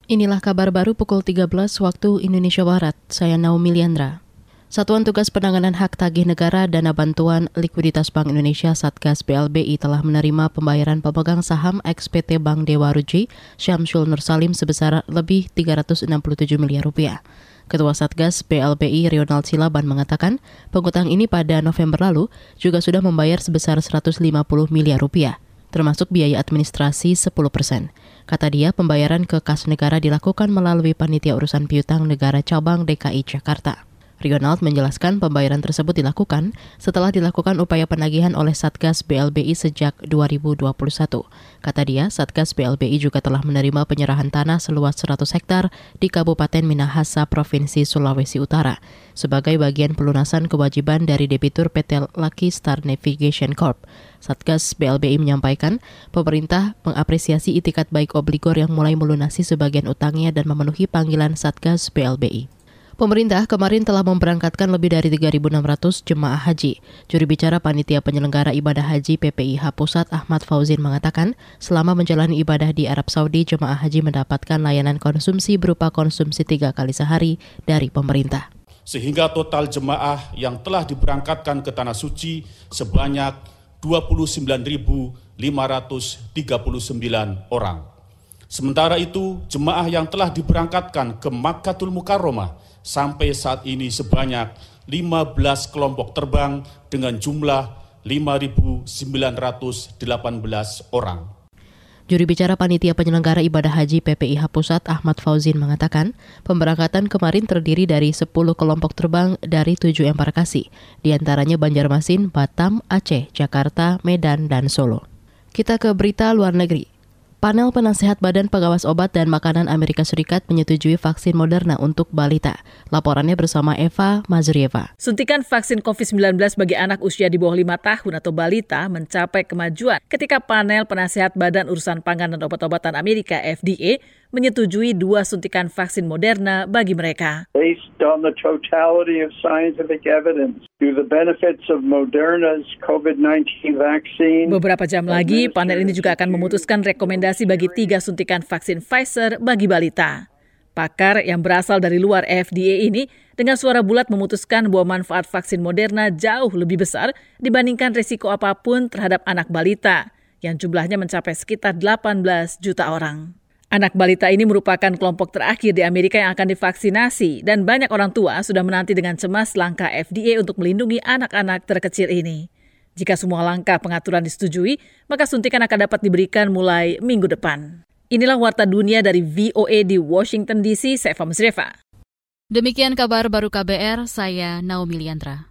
Inilah kabar baru pukul 13 waktu Indonesia Barat. Saya Naomi Liandra. Satuan Tugas Penanganan Hak Tagih Negara Dana Bantuan Likuiditas Bank Indonesia Satgas BLBI telah menerima pembayaran pemegang saham ex-PT Bank Dewa Ruji, Syamsul Nur Salim sebesar lebih 367 miliar rupiah. Ketua Satgas BLBI Ronald Silaban mengatakan, pengutang ini pada November lalu juga sudah membayar sebesar 150 miliar rupiah, termasuk biaya administrasi 10%. Kata dia, pembayaran ke kas negara dilakukan melalui Panitia Urusan Piutang Negara Cabang DKI Jakarta. Ronald menjelaskan pembayaran tersebut dilakukan setelah dilakukan upaya penagihan oleh Satgas BLBI sejak 2021. Kata dia, Satgas BLBI juga telah menerima penyerahan tanah seluas 100 hektar di Kabupaten Minahasa, Provinsi Sulawesi Utara, sebagai bagian pelunasan kewajiban dari debitur PT Lucky Star Navigation Corp. Satgas BLBI menyampaikan, pemerintah mengapresiasi itikat baik obligor yang mulai melunasi sebagian utangnya dan memenuhi panggilan Satgas BLBI. Pemerintah kemarin telah memberangkatkan lebih dari 3.600 jemaah haji. Juru bicara Panitia Penyelenggara Ibadah Haji PPIH Pusat Ahmad Fauzin mengatakan, selama menjalani ibadah di Arab Saudi, jemaah haji mendapatkan layanan konsumsi berupa konsumsi 3 kali sehari dari pemerintah. Sehingga total jemaah yang telah diberangkatkan ke Tanah Suci sebanyak 29.539 orang. Sementara itu, jemaah yang telah diberangkatkan ke Makkatul Mukarramah sampai saat ini sebanyak 15 kelompok terbang dengan jumlah 5.918 orang. Juru bicara Panitia Penyelenggara Ibadah Haji PPIH Pusat Ahmad Fauzin mengatakan, pemberangkatan kemarin terdiri dari 10 kelompok terbang dari 7 embarkasi, di antaranya Banjarmasin, Batam, Aceh, Jakarta, Medan, dan Solo. Kita ke berita luar negeri. Panel Penasehat Badan Pengawas Obat dan Makanan Amerika Serikat menyetujui vaksin Moderna untuk balita. Laporannya bersama Eva Mazrieva. Suntikan vaksin COVID-19 bagi anak usia di bawah 5 tahun atau balita mencapai kemajuan ketika panel Penasehat Badan Urusan Pangan dan Obat-obatan Amerika FDA menyetujui 2 suntikan vaksin Moderna bagi mereka. Based on the totality of scientific evidence to the benefits of Moderna's COVID-19 vaccine. Beberapa jam lagi, panel ini juga akan memutuskan rekomendasi bagi 3 suntikan vaksin Pfizer bagi balita. Pakar yang berasal dari luar FDA ini dengan suara bulat memutuskan bahwa manfaat vaksin Moderna jauh lebih besar dibandingkan risiko apapun terhadap anak balita, yang jumlahnya mencapai sekitar 18 juta orang. Anak balita ini merupakan kelompok terakhir di Amerika yang akan divaksinasi dan banyak orang tua sudah menanti dengan cemas langkah FDA untuk melindungi anak-anak terkecil ini. Jika semua langkah pengaturan disetujui, maka suntikan akan dapat diberikan mulai minggu depan. Inilah Warta Dunia dari VOA di Washington DC, saya Eva Mazrieva. Demikian kabar baru KBR, saya Naomi Liandra.